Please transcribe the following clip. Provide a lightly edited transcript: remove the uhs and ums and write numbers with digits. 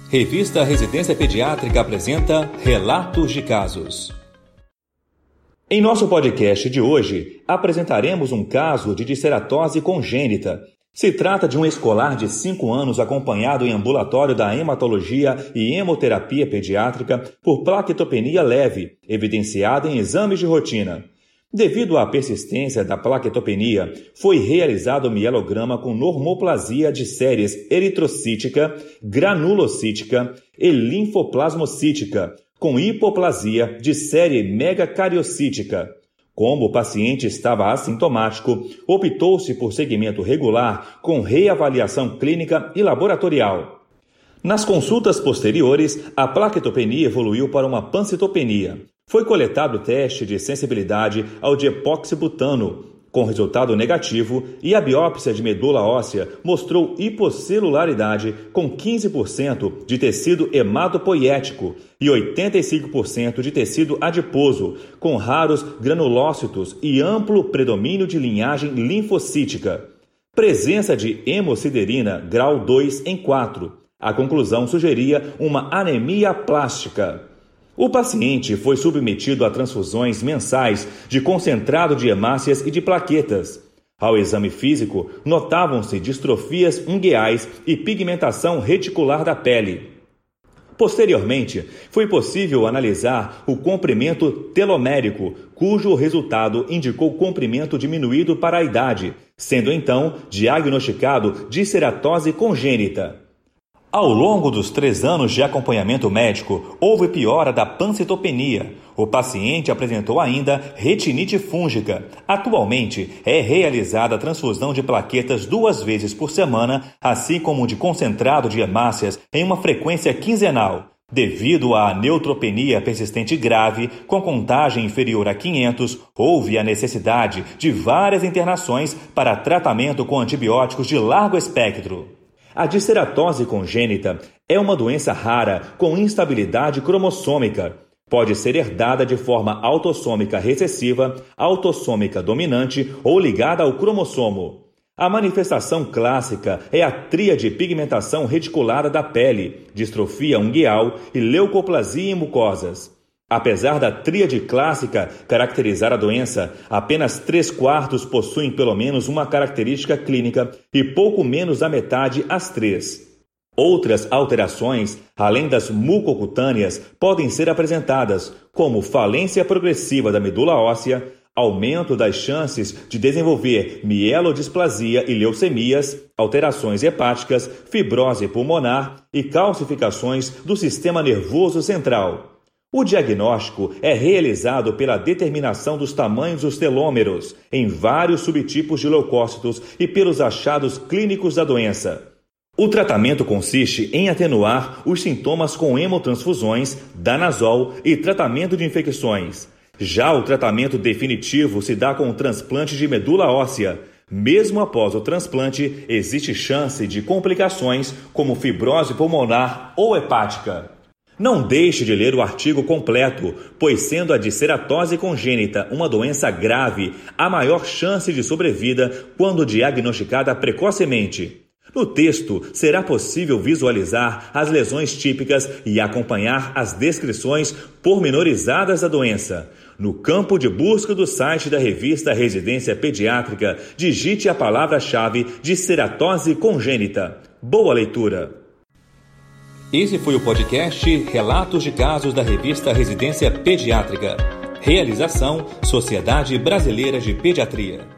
Revista Residência Pediátrica apresenta Relatos de Casos. Em nosso podcast de hoje, apresentaremos um caso de disceratose congênita. Se trata de um escolar de 5 anos acompanhado em ambulatório da hematologia e hemoterapia pediátrica por plaquetopenia leve, evidenciada em exames de rotina. Devido à persistência da plaquetopenia, foi realizado mielograma com normoplasia de séries eritrocítica, granulocítica e linfoplasmocítica, com hipoplasia de série megacariocítica. Como o paciente estava assintomático, optou-se por segmento regular com reavaliação clínica e laboratorial. Nas consultas posteriores, a plaquetopenia evoluiu para uma pancitopenia. Foi coletado o teste de sensibilidade ao diepoxibutano, com resultado negativo, e a biópsia de medula óssea mostrou hiposcelularidade com 15% de tecido hematopoiético e 85% de tecido adiposo, com raros granulócitos e amplo predomínio de linhagem linfocítica. Presença de hemosiderina grau 2 em 4. A conclusão sugeria uma anemia plástica. O paciente foi submetido a transfusões mensais de concentrado de hemácias e de plaquetas. Ao exame físico, notavam-se distrofias ungueais e pigmentação reticular da pele. Posteriormente, foi possível analisar o comprimento telomérico, cujo resultado indicou comprimento diminuído para a idade, sendo então diagnosticado disceratose congênita. Ao longo dos 3 anos de acompanhamento médico, houve piora da pancitopenia. O paciente apresentou ainda retinite fúngica. Atualmente, é realizada a transfusão de plaquetas 2 vezes por semana, assim como de concentrado de hemácias em uma frequência quinzenal. Devido à neutropenia persistente grave, com contagem inferior a 500, houve a necessidade de várias internações para tratamento com antibióticos de largo espectro. A disceratose congênita é uma doença rara com instabilidade cromossômica. Pode ser herdada de forma autossômica recessiva, autossômica dominante ou ligada ao cromossomo. A manifestação clássica é a tríade pigmentação reticulada da pele, distrofia ungueal e leucoplasia em mucosas. Apesar da tríade clássica caracterizar a doença, apenas 3/4 possuem pelo menos uma característica clínica e pouco menos da metade as 3. Outras alterações, além das mucocutâneas, podem ser apresentadas, como falência progressiva da medula óssea, aumento das chances de desenvolver mielodisplasia e leucemias, alterações hepáticas, fibrose pulmonar e calcificações do sistema nervoso central. O diagnóstico é realizado pela determinação dos tamanhos dos telômeros em vários subtipos de leucócitos e pelos achados clínicos da doença. O tratamento consiste em atenuar os sintomas com hemotransfusões, danazol e tratamento de infecções. Já o tratamento definitivo se dá com o transplante de medula óssea. Mesmo após o transplante, existe chance de complicações como fibrose pulmonar ou hepática. Não deixe de ler o artigo completo, pois sendo a disceratose congênita uma doença grave, há maior chance de sobrevida quando diagnosticada precocemente. No texto, será possível visualizar as lesões típicas e acompanhar as descrições pormenorizadas da doença. No campo de busca do site da revista Residência Pediátrica, digite a palavra-chave disceratose congênita. Boa leitura! Esse foi o podcast Relatos de Casos da revista Residência Pediátrica. Realização: Sociedade Brasileira de Pediatria.